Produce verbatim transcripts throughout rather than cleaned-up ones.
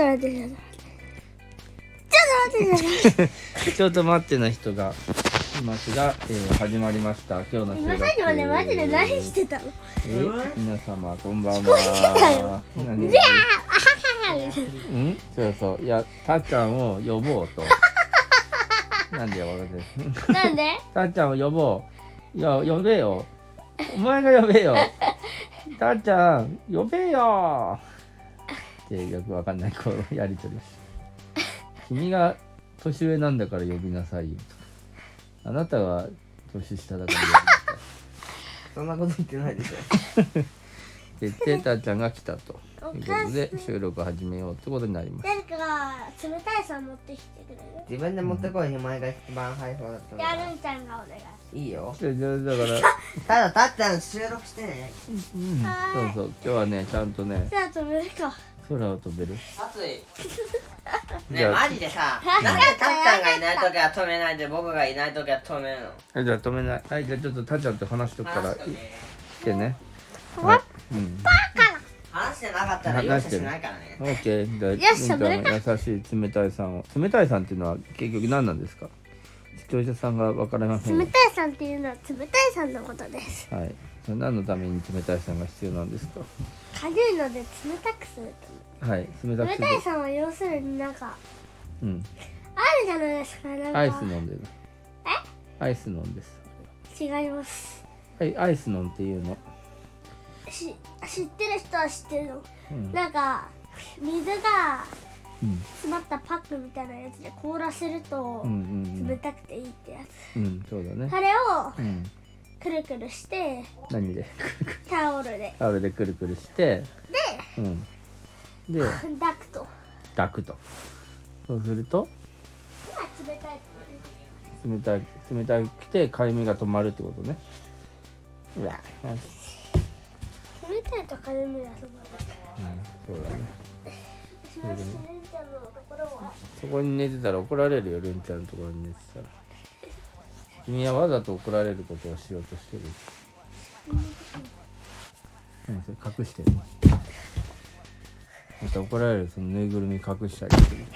待ってちょっと待ってちょっと待っての人がいますが、えー、始まりました今日の収録。 今さっきまでマジで何してたの？ え皆様こんばんは。 聞こえてたよ。 何じゃあ、あははは。 うんそうそういやたっちゃんを呼ぼうとなんでよ私なんで？ たっちゃんを呼ぼう。いや呼べよお前が呼べよたっちゃん呼べよってよくわかんないこうやりとり君が年上なんだから呼びなさいよとあなたは年下だから呼びなさいそんなこと言ってないでしょ言ってたっちゃんが来たということで収録始めようってことになります。 誰かが冷たいさん持ってきてくれる？ 自分で持ってこいよ、お前が一番早そうだったのやるんちゃんがお願い。 いいよ。 ででだからただたっちゃん収録してね。 うんそうそう今日はねちゃんとねじゃあ止めるか。 空を飛べる暑い。 じゃあねマジでさ、なんでたっちゃんがいないときは止めないで僕がいないときは止めるの。 はいじゃあ止めないはいじゃあちょっとたっちゃんと話しとくから話しとけ来てねわはいうん話してなかったら容赦しないからね。 オッケーじゃあよしりんちゃん喋るの優しい冷たいさんを冷たいさんっていうのは結局何なんですか？視聴者さんがわからませんよ冷たいさんっていうのは冷たいさんのことです。 はいそれ何のために冷たいさんが必要なんですか？ 軽いので冷たくするはい冷たため。 くする冷たいさんは要するになんかうんあるじゃないですか。なんかアイス飲んでるアイス飲んです違います。 はいアイス飲んっていうのし知ってる人は知ってるの。 うんなんか水がうん詰まったパックみたいなやつで凍らせるとうんうん冷たくていいってやつ。 うんうんそうだねあれをうんくるくるして何でタオルでタオルでくるくるしてうんで抱くと抱くとそうすると今冷たい冷たい冷たくてかゆみが止まるってことねうわうん冷たいとかゆみがすごい。 そうだね私はしんちゃんのところはそこに寝てたら怒られるよルンちゃんのところに寝てたら君はわざと怒られることをしようとしてる何それ隠してるまた怒られるそのぬいぐるみ隠したりする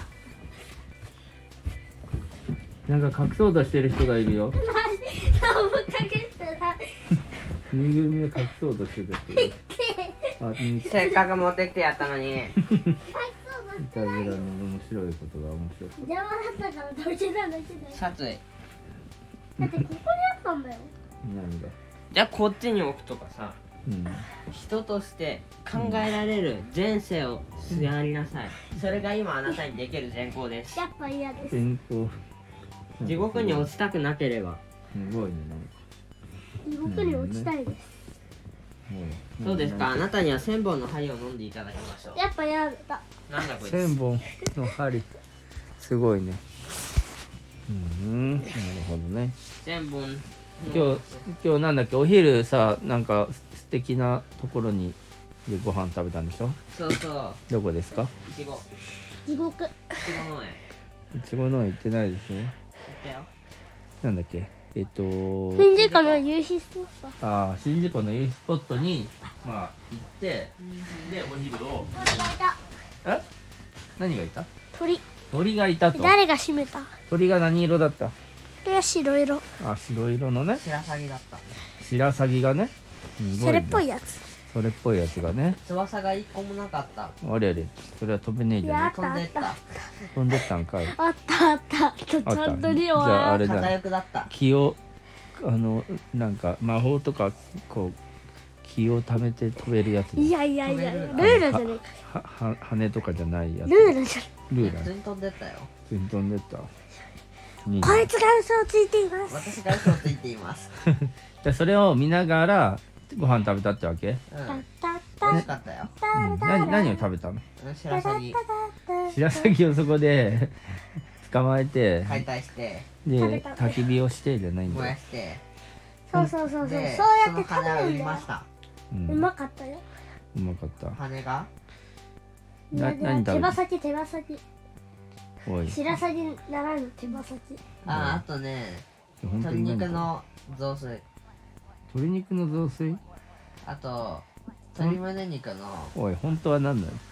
なんか隠そうとしてる人がいるよ顔かけてたぬいぐるみを隠そうとしてる人がいるあ、うんせっかく持ってきてやったのに。 いたずらの面白いことが面白かっ邪魔だったからどうしてたんだけどシャツ。 だってここにあったんだよ。 た何がじゃあこっちに置くとかさ。 うん人として考えられる前世をやりなさい。それが今あなたにできる善行です。 やっぱ嫌です。 健康地獄に落ちたくなければ。 すごいねなんか地獄に落ちたいです。 もうそうですか。あなたには千本の針を飲んでいただきましょう。 やっぱ嫌だ。 なんだこいつ。 千本の針すごいねうんなるほどね千本。 今日今日なんだっけお昼さなんか素敵なところにでご飯食べたんでしょそうそう。 どこですかいちご。 地獄。 いちご農園。 いちごの行ってないですね行ったよ。 なんだっけえっと新宿の夕日スポット。 ああ宍道湖の夕日スポットにまあ行ってでお昼を鳥がいた。 え何がいた鳥。 鳥がいたと誰が閉めた？ 鳥が何色だったこれは白色。 あ白色のね白鷺だった。 白鷺がねすごそれっぽいねやつ。 それっぽいやつがね翼が一個もなかった。 あれあれそれは飛べねえじゃねやっ飛んでった。 え飛んでったんかいあったあったあった。ちあったゃんとリじゃあオは。 あれだ片翼だった。 気をあのなんか魔法とかこう気を貯めて飛べるやついやいやいや、ル飛べるールじゃねえか。 はは羽とかじゃないやつルールじゃねルーラー普通に飛んでったよ。 普通に飛んでったいいねえ。こいつが嘘をついています。 私が嘘をついています。 じゃあそれを見ながらご飯食べたってわけ、 うん。 タッタッ美味しかったよ。 うん、何何を食べたのうん白鷺白鷺をそこで捕まえて解体してで食べた焚き火をしてじゃないんだよ燃や、してそうそうそうそう。そうでやそのって食べ羽を売るんだよ。 りました。 うん、 うまかったよ。 うまかった羽がいやいや何食べた手羽先手羽先。 おい白鷺ならぬ手羽先。 ああとね鶏本当に何肉の雑炊、 鶏肉の雑炊あと鶏胸肉のおい本当は何なの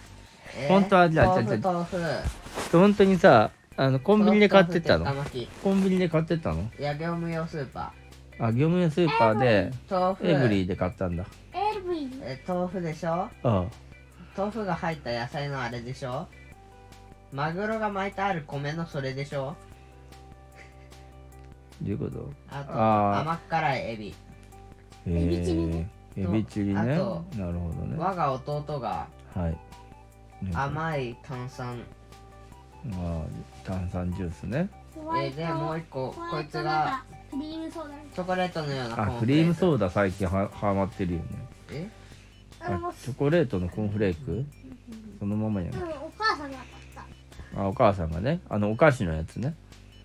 えー本当はじゃあ豆じゃあ腐豆腐本当にさ、あのコンビニで買ってたの豆腐豆腐鉄火巻コンビニで買ってたのきいや業務用スーパあ、業務用スーパーでー豆腐エブリーで買ったんだ。 エルビー。 え豆腐でしょああ、 豆腐が入った野菜のあれでしょマグロが巻いてある米のそれでしょどういうこと？ あとあー甘っ辛いエビエビチリねエビチリね。 あなるとほどね。 我が弟がはい。ね甘い炭酸ああ、炭酸ジュースね。 ホワイトえーでもう一個ホワイこいつがトなんかクリームソーダみチョコレートのようなコーンあ、 フレーククリームソーダ最近ははまってるよね。 えたいな。あの、 あ、チョコレートのコーンフレークそのままやね。 うん、お母さんが買った。 あ、お母さんがね、あのお菓子のやつね。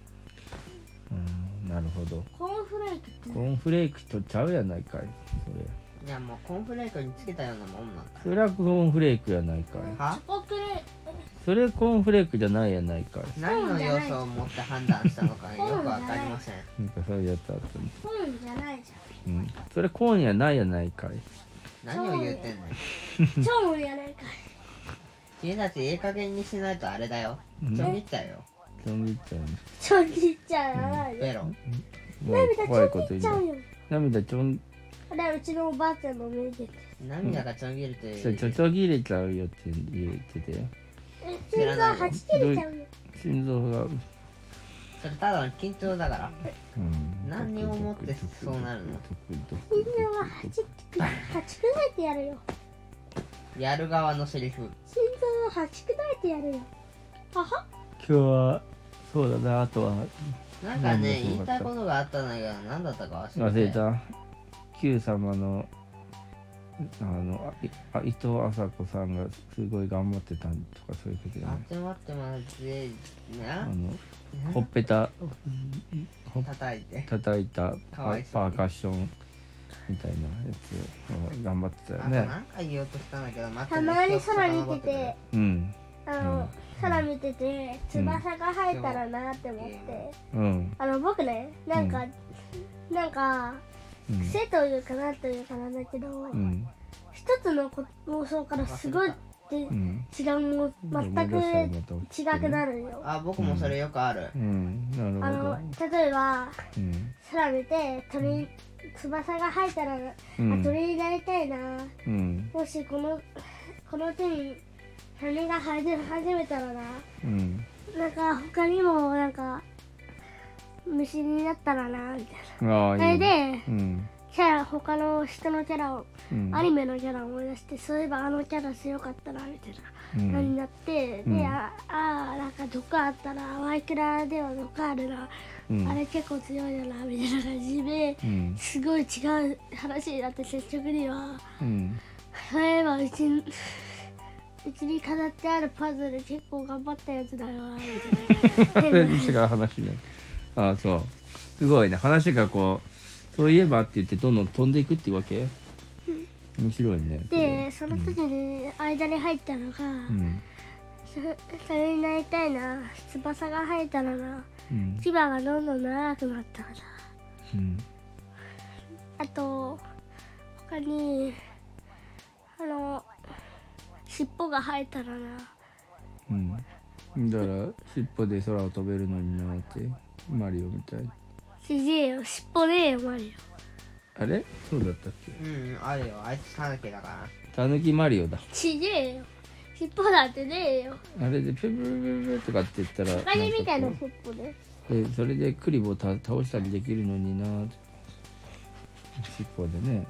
うん、なるほど。 コーンフレークってコーンフレークとちゃうやないかい。それ。 いやもうコーンフレークにつけたようなもんなんだそれはコーンフレークやないかい。 はチョコクレーそれコーンフレークじゃないやないかい。 何の要素を持って判断したのかよくわかりませんなんかそういうやつあったね。 コーンじゃないじうん。それコーンやないやないかい。 何を言うてんのゃん。超盛りやないかい。 君たちいい加減にしないとあれだようんちょん切っちゃうよちょんぎっちゃうね。 ちょん切っちゃうやないよ。 ベロもう涙ち怖いょん切っちゃこと言うなうよ。 涙ちょん、 あれうちのおばあちゃんの目で。 涙がちょん切るというそれちょちょぎれちゃうよって言っててよ。 え、心臓はち切れちゃうよ。 心臓が、 それただの緊張だからうん。 何をもってそうなるの心臓ははちくはち砕いてやるよ。 やる側のセリフ心臓をはち砕いてやるよ。はは。 今日は、そうだな、あとは、 なんかね何がそうだった言いたいことがあったんだけど何だったか忘忘れてれた。Q 様の、あの、あいあ伊藤麻子さんがすごい頑張ってたとかそういうことじゃない。 待って待って待ってあねの、ほっぺた、ほっ叩いて叩いたパかわいそうにパーカッションみたいなやつを頑張ってたよあとね。 何か言おうとしたんだけど待ってたまに空見てて、 うん。 あの、空見てて、翼が生えたらなって思って。 うん。 あの、僕ね、なんか、なんか、 うん。 癖というかなんというかなんだけど、 うん。 一つのこ妄想からすごいって違うん。 うもん、全く違くなるよ。 あ僕もそれよくあるうん。なあるほどの。、例えば、 うん。 空見て鳥、翼が生えたら、 うあ、 ん。 鳥になりたいな。 うん。 もしこの、この手に羽が生え始めたらな。 うん。 なんか他にもなんか虫になったらなみたいな。 ああ、 それいいね。 でうん。 キャラ他の人のキャラを、 うん。 アニメのキャラを思い出して、そういえばあのキャラ強かったなみたいな。 うん。 感じになって、 うんで、ああーなんか毒あったらワイクラでは毒あるな、 うん。 あれ結構強いよなみたいな感じでうん。 すごい違う話になって結局にはうん。 そういえばうちんうちに飾ってあるパズル結構頑張ったやつだよなみたいな違う話ね。ああ、そう。すごいね。話がこう、そういえばって言ってどんどん飛んでいくっていうわけ面白いね。 でその時に間に入ったのが、 うん。 そそれになりたいな、翼が生えたらな、 うん。 牙がどんどん長くなったらな、 うん。 あと他にあの尻尾が生えたらな、 うん。だから、尻尾で空を飛べるのになって、マリオみたい。 ちげえよ、尻尾ねえよマリあれそうだったっけうんあるよあいつタヌキだからたぬきマリオだ。 オ。ちげえよ、尻尾だってねえよ。 あれでペペペペペとかって言ったら、 トカゲみたいななんかこ尻尾で。 うえそれでクリボーた倒したりできるのにな尻尾でね。 うんうん、なんか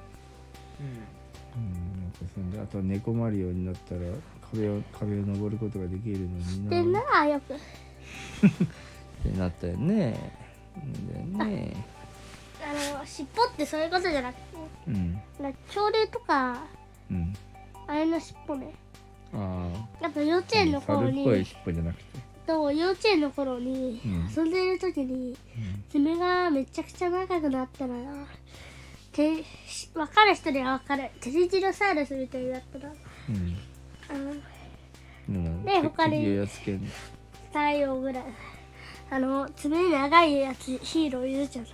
そんであとは猫マリオになったら壁を壁を登ることができるのにでななあよく。 ってなったよね。でね。 あの尻尾ってそういうことじゃなくて、 うんなんか恐竜とかうん。 あれの尻尾ね。 ああと幼稚園のあ。 頃に猿っぽい尻尾じゃなくて。 と幼稚園の頃にうん遊んでる時に爪がめちゃくちゃ長くなったらな、て分かる人には分かるテリジロサウルスみたいになったら、 うん。 あのうん。 で他に敵をやっつけんの太陽ぐらいあの爪長いやつヒーローいるじゃん。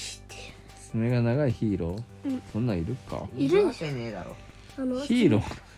爪が長いヒーロー、 うんそんなんいるか。 いるわけねえだろあのヒーロー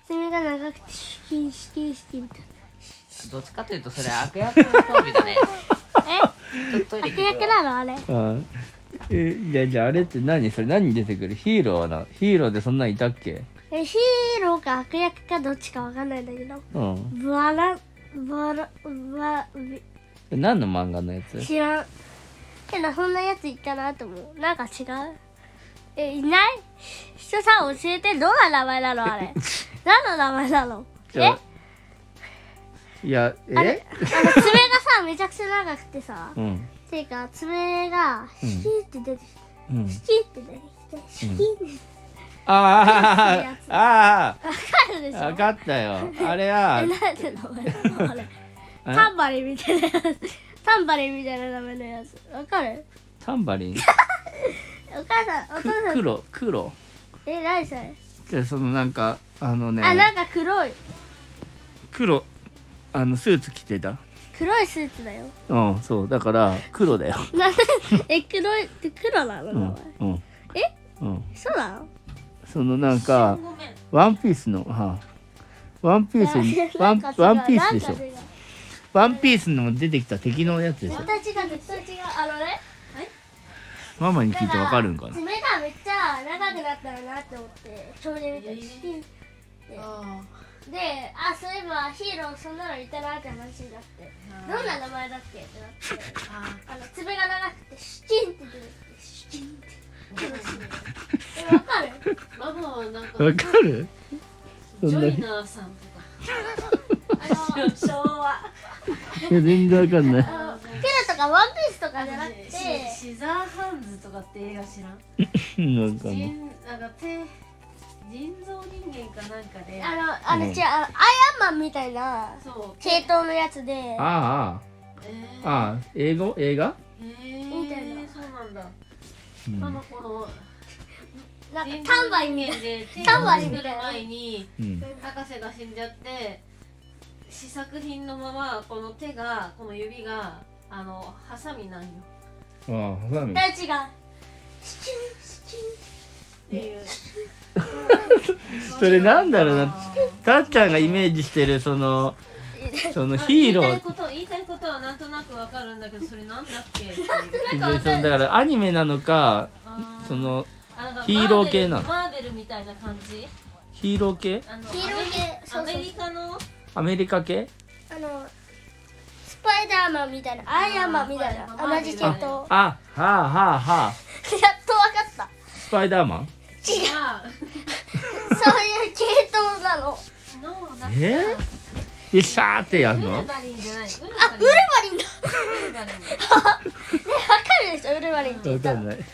爪が長くてシュキンシュキンシュキンみたいな。 どっちかというとそれ悪役の装備だね。 えちょっとトイレ悪役なのあれ。 あえじゃあじゃああれって何それ何に出てくるヒーローはなヒーローでそんなんいたっけ？ えヒーローか悪役かどっちかわかんないんだけど。 うんブワラブワラブワビ何の漫画のやつ？ 知らん。けどそんなやついたなと思う。なんか違う。えいない？人さん教えて、どんな名前なのあれ。何の名前なの？え？ じゃあいやあれえあの爪がさめちゃくちゃ長くてさ、 うんていうか爪がシキって出てきて、 うんシキって出てきて、シキってあああわかるでしょ？ あ分かったよあれはえなんて名前なのあれ。タンバリンみたいなやつ。タンバリンみたいな名前のやつ。わかる？ タンバリンお母さん、お父さん。 黒黒え、何それ？ でそのなんかあのねあ、なんか黒い。 黒あのスーツ着てた黒いスーツだよ。 うんそうだから黒だよなんで、え、黒いって黒なのうん名前。 うんえうんそうなの？ そのなんかワンピースのはワンピースにワンワンピースでしょょ。 ワンピースの出てきた敵のやつでしょ絶対違う、絶対違う。あのね。 ママに聞いてわかるんかな爪がめっちゃ長くなったらなって思って少年みたいにシキンで、 あで、あ、そういえばヒーローそんなのいたなって話になってどんな名前だっけってなってああの爪が長くてシキンって出てきてシキンってえ、わかる？ ママはなんかわかるそんなジョイナーさんとかあの昭和いや全然わかんないあのケラとかワンピースとかじゃなくてシシザーハンズとかって映画知らんうんわかんない人なんか手人造人間かなんかであの、あの、 うん違う、あのアイアンマンみたいなそう系統のやつであえー、 あああ英語映画えみたいなー、そうなんだうんあのこのなんかタンバリンみたいなで手をタンバリン作るみたいな前にうん博士が死んじゃって試作品のままこの手がこの指があのハサミなんよああハサミ大違うシキンシキンっていうそれなんだろうなあたっちゃんがイメージしてるそのそのヒーロー言いたいこと言いたいことはなんとなくわかるんだけどそれなんだっけっていうでそのだからアニメなのかあーそのあなんかヒーロー系なのマーベルマーベルみたいな感じヒーロー系あのヒーロー系そうそうアメリカのアメリカ系あのスパイダーマンみたいなアイアンマンみたいなあー同じ系統やっとわかあはあはあはあったスパイダーマン違うあそういう系統なののえでシャーってやんのウルバリンじゃないウルあウルバリンだねウルバリンわかるでしょウルバリンって言ったらわかんない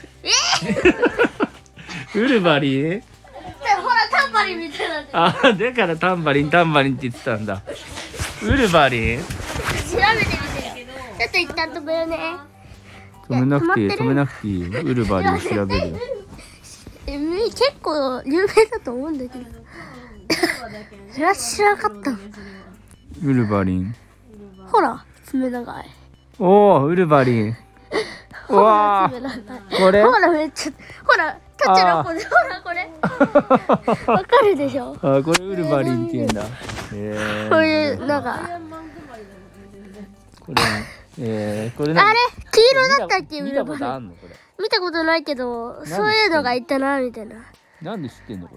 ウルバリンでもほらタンバリンみたいなんであだからタンバリンタンバリンって言ってたんだウルバリン調べてみてよちょっと一旦止めるね止めなくていいいや止まってる止めなくていいよウルバリン調べるよえ結構有名だと思うんだけどそれは知らなかったウルバリンほら爪長いおおウルバリンうほらわ爪長いーこれほらめっちゃほらタッチの子でほらこれわかるでしょあこれウルバリンって言うんだえこうー、 いうなんかこれえー、これ何あれ黄色だったっけウ見たこルバリンとあんのこれ見たことないけどそういうのがいたなみたいなこなんで知ってんのこれ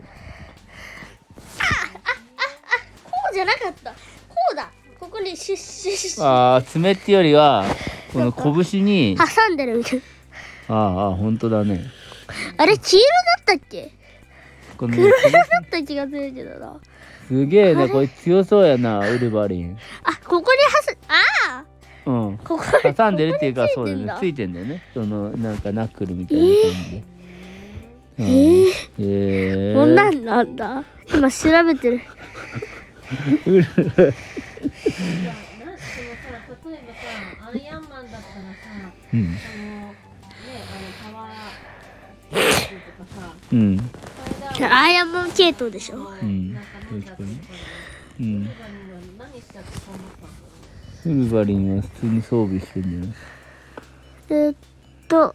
うじゃなかったこうだここにシュッシュッシュッあー爪ってよりはこの拳に挟んでるみたいなあーあー本当だねあれ黄色だったっけこの黒色だった気がするけどなすげえねこれ強そうやなウルバリンあここに挟ああうんここに挟んでるっていうかこそうだこについてんだよねついてんだよねそのなんかナックルみたいな感じで、 えー、 えー、 こんなんなんだ今調べてるウルなでもさ例えばさアイアンマンだったらさうんあのねあのパワーとかさうんスパイダーマンアイアンマン系統でしょうんなんかなんだっけ確かにウうんルバリンは何したってそう思ったんだろうウルバリンは普通に装備してんじゃないえーっと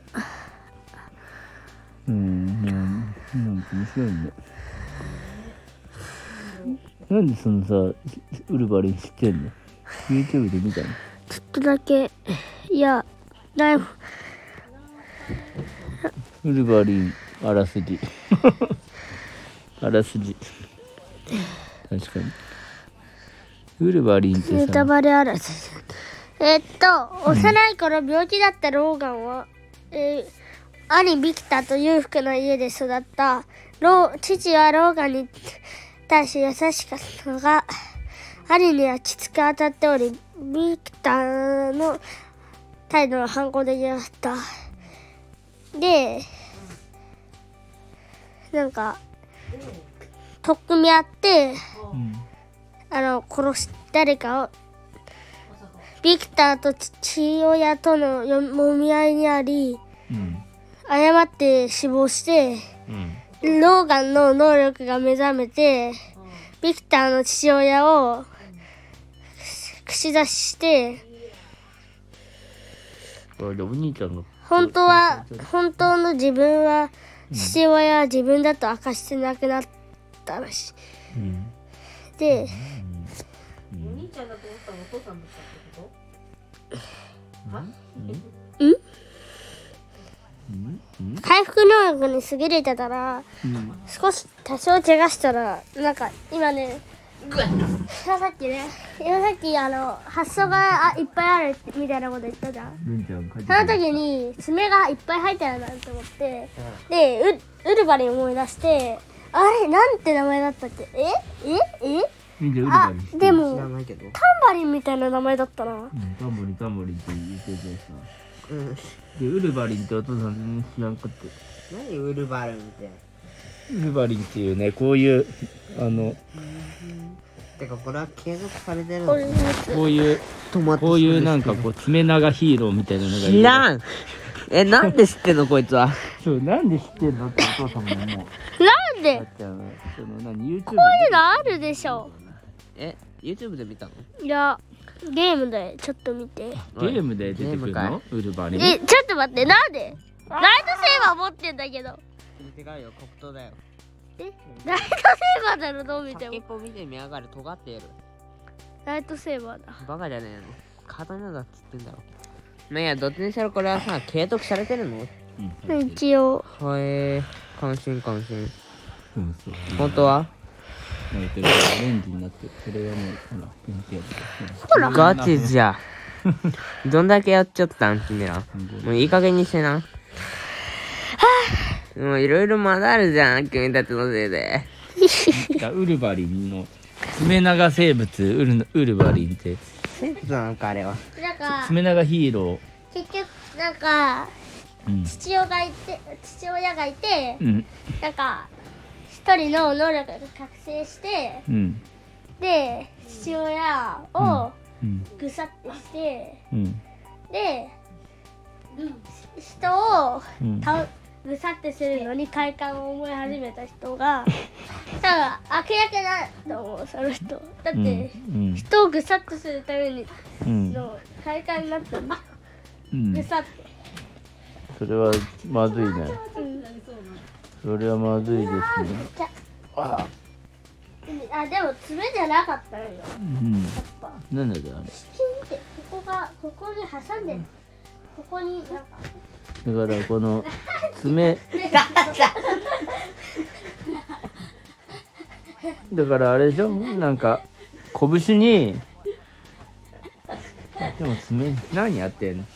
うんなんなんか面白いねなんでそのさウルヴァリン知ってんの？ YouTube で見たの？ ちょっとだけ。いや、ないもん。 ウルヴァリンあらすじあらすじ確かにウルヴァリンってさネタバレあらず。えっと、幼い頃病気だったローガンは、えー兄ビクターと裕福な家で育った。ロー父はローガンに対し優しかったが、兄にはきつく当たっており、ビクターの態度は反抗できなかった。で、なんか、取っ組み合って、 うんあの、殺し、誰かを、ビクターと父親とのよもみ合いにあり、 うん誤って死亡して、 うんローガンの能力が目覚めて、ビクターの父親を口出しして、 あれお兄ちゃんが本当は、本当の自分は、父親は自分だと明かして亡くなったらしうんい。で、 お兄ちゃんだと思ったらお父さんだったってこと？は？ うん回復能力に優れてたら、 うん少し多少怪我したら、なんか今ね、さっきね、今さっきあの発想があいっぱいあるみたいなこと言ったじゃん。 ルンちゃん帰ってその時に爪がいっぱい入ってるなと思って、でウウルヴァリン思い出して、あれなんて名前だったっけ？えええルンちゃんウルヴあァリン知ってるでも知らないけど。 タンバリンみたいな名前だったな。 うんタンボリンタンボリンって言っててさうん。 でウルヴァリンってお父さん全然知らんかって何ウルバルンって。 ウルヴァリンっていうねこういうあのてかこれは継続されてるの？ これのやつこういうトマトこういうなんかこう爪長ヒーローみたいなのがいる知らん。え、なんで知ってんのこいつは。 そうなんで知ってんのってお父さんも思うなんだでっちゃんはその何 YouTube こういうのあるでしょ。 え、YouTube で見たの？ いやゲームでちょっと見て。 ゲームで出てくるゲームかのウルヴァリンえちょっと待って、なんでライトセーバー持ってんだけど。 違うよ、黒糖だよ。 えライトセーバーだろ、どう見ても先っぽ見てみやがる、尖っている。 ライトセーバーだ。 バカじゃねえの。刀だっつってんだろ。まあいいや、どっちにしろこれはさ、継続されてるの？ うん一応はえー、関心関心。 うんそう本当は泣いてるオレンジになってるそれはもうほらペンキやってほらガチじゃ。どんだけやっちゃったん君ら。もういい加減にしてな。もういろいろまだあるじゃん、君たちのせいで。 ウルヴァリンの爪長生物ウルウルヴァリンって生物なのかあれは。 なんか爪長ヒーロ結局なんかーうん父親がいて父親がいて、 うんなんか一人の能力が覚醒して、 うんで父親をうんぐさってして、 うんで人をうん倒ぐさってするのに快感を覚え始めた人が多分悪役だと思う、その人だって、 うん人をぐさっとするためにうんの快感になったんだ、 うんぐさって、 それはまずいねうん、 それはまずいですねじゃああでも爪じゃなかったのよ、やっうんぱなんだよあれチキンってここがここに挟んでる、ここになんかだからこの爪だからあれでしょなんか拳にでも爪何やってんの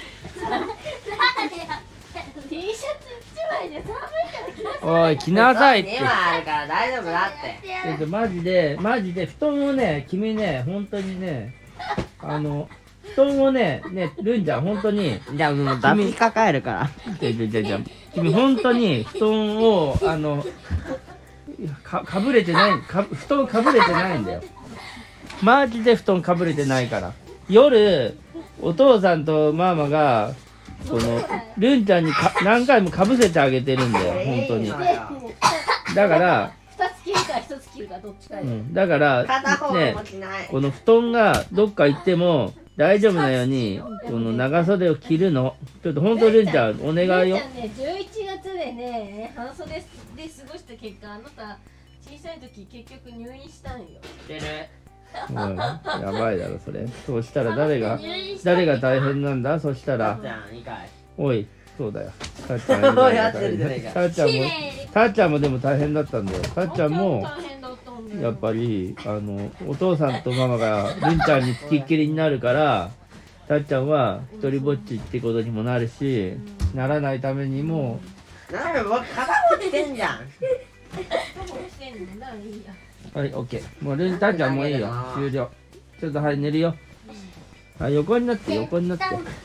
T シャツ一枚で寒いからおい着なさいってではあるから大丈夫だって。 ちょっとマジでマジで布団をね君ね本当にねあの布団をねねルンちゃん本当にじゃあもう脱皮抱えるから。 じゃじゃじゃじゃ君本当に布団をあのかかぶれてないか布団かぶれてないんだよマジで布団かぶれてないから夜お父さんとママがこのルンちゃんにか何回もかぶせてあげてるんだよ本当にだから、 ふたつ切るかひとつ切るかどっちかで、 うん、だから片方ね持ちない。 この布団がどっか行っても大丈夫なようにこの長袖を着るのちょっと本当ルンちゃんお願いよちゃんねじゅういちがつでね半袖で過ごした結果あなた小さい時結局入院したんよ。 知ってる。 おいやばいだろそれ。そうしたら誰が誰が大変なんだ。そしたらじゃあにかい。 おいそうだよ。たっちゃんがやってるじゃないかたっちゃんもたっちゃんもでも大変だったんだよ。たっちゃんも大変だったんだよ。 やっぱりあのお父さんとママがるんちゃんにつきっきりになるからたっちゃんは一人ぼっちってことにもなるし、ならないためにもなんか僕片落ちてんじゃん。 してんのだいいや。 はいオッケーもうるんたっちゃんもういいよ終了。ちょっとはい寝るよ。はい横になって横になって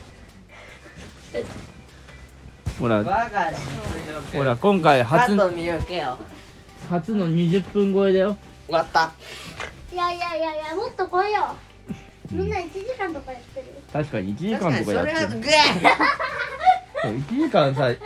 ほらバカだ。 ほら今回初カット見よけよ。 初のにじゅっぷん超えだよ。 終わった。 いやいやいやいやもっと来いよ。みんないちじかんとかやってる。 確かにいちじかんとかやってる。 グそういちじかんさ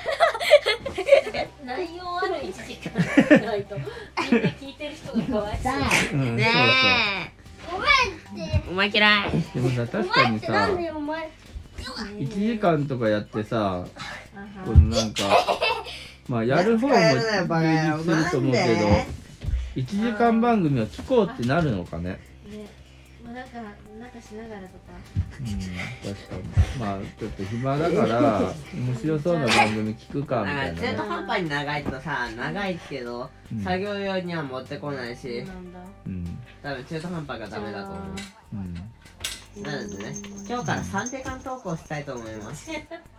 内容あるいちじかんないとみんな聞いてる人がかわいそう。 うんそうねごめんって。 え。お前嫌い。 そうでもさ確おかにさ前ってなんでよお前。 いちじかんとかやってさこのなんかまあやる方も充実すると思うけどいちじかん番組を聞こうってなるのかね。 ね、まあなんかなんかしながらとか。 うん確かにまあちょっと暇だから面白そうな番組聞くかみたい中途なね。 半端に長いとさ、長いけど、 うん作業用には持ってこないし、 なんだ。 うん多分中途半端がダメだと思うんう。なのでね、今日からさんじかん投稿したいと思います。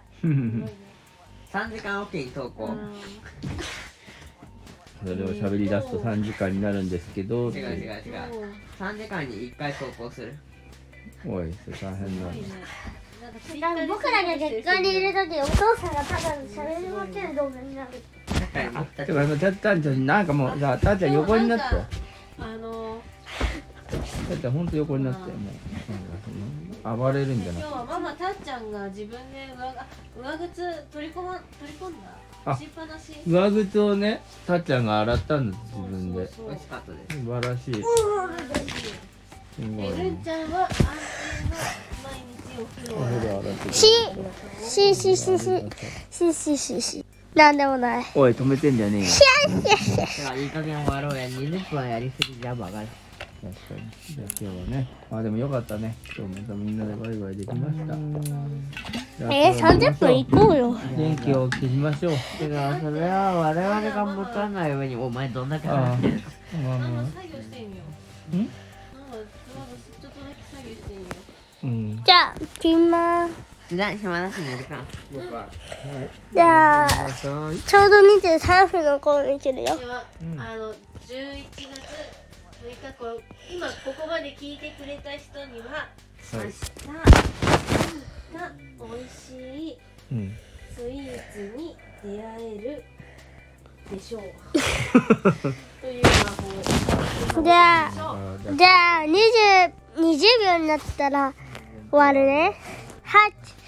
さんじかんおきに投稿。 それを喋り出すとさんじかんになるんですけど違う違う違う。さんじかんにいっかい投稿する。 おいそれ大変だね。 なんか僕らが月間にいるときお父さんがただ喋りまける動画になる。 確かに僕たちてかあのたったんちゃんなんかもうさたっちゃん横になってあのたっちゃんほんと横になってもうなんかその暴れるんじゃなくて今日はママたっちゃんが自分で上が上靴取り込ま取り込んだ。 あしっぱなし。 上靴をねたっちゃんが洗ったんです自分でそうそう美味しかったです。 素晴らしいすごいえるんちゃんは安定の毎日お風呂おを風呂洗ってくれしししししししししなんでもない。 おい止めてんじゃねえよだからいい加減終わろうや。にじゅっぷんはやりすぎじゃバカだ。 確かにじゃあ今日はねまあでもよかったね今日またみんなでバイバイできましたじゃあえー、さんじゅっぷん行こうよ。 元気を消しましょうてかそれは我々が持たない上にお前どんだけあ話してるの。 あまあママま作業してみよあんう。ママまだちょっとだけ作業してみよう。 うんじゃあ切ります。 じゃあ暇だし寝るか。 じゃあちょうどにじゅうさんぷんの頃に切るよ。 では、あのじゅういちがつむいかこう今ここまで聞いてくれた人には、明日が美味しいうんスイーツに出会えるでしょうという魔法。 じゃああじゃあじゃあにじゅう、にじゅうびょうになったら終わるね。はち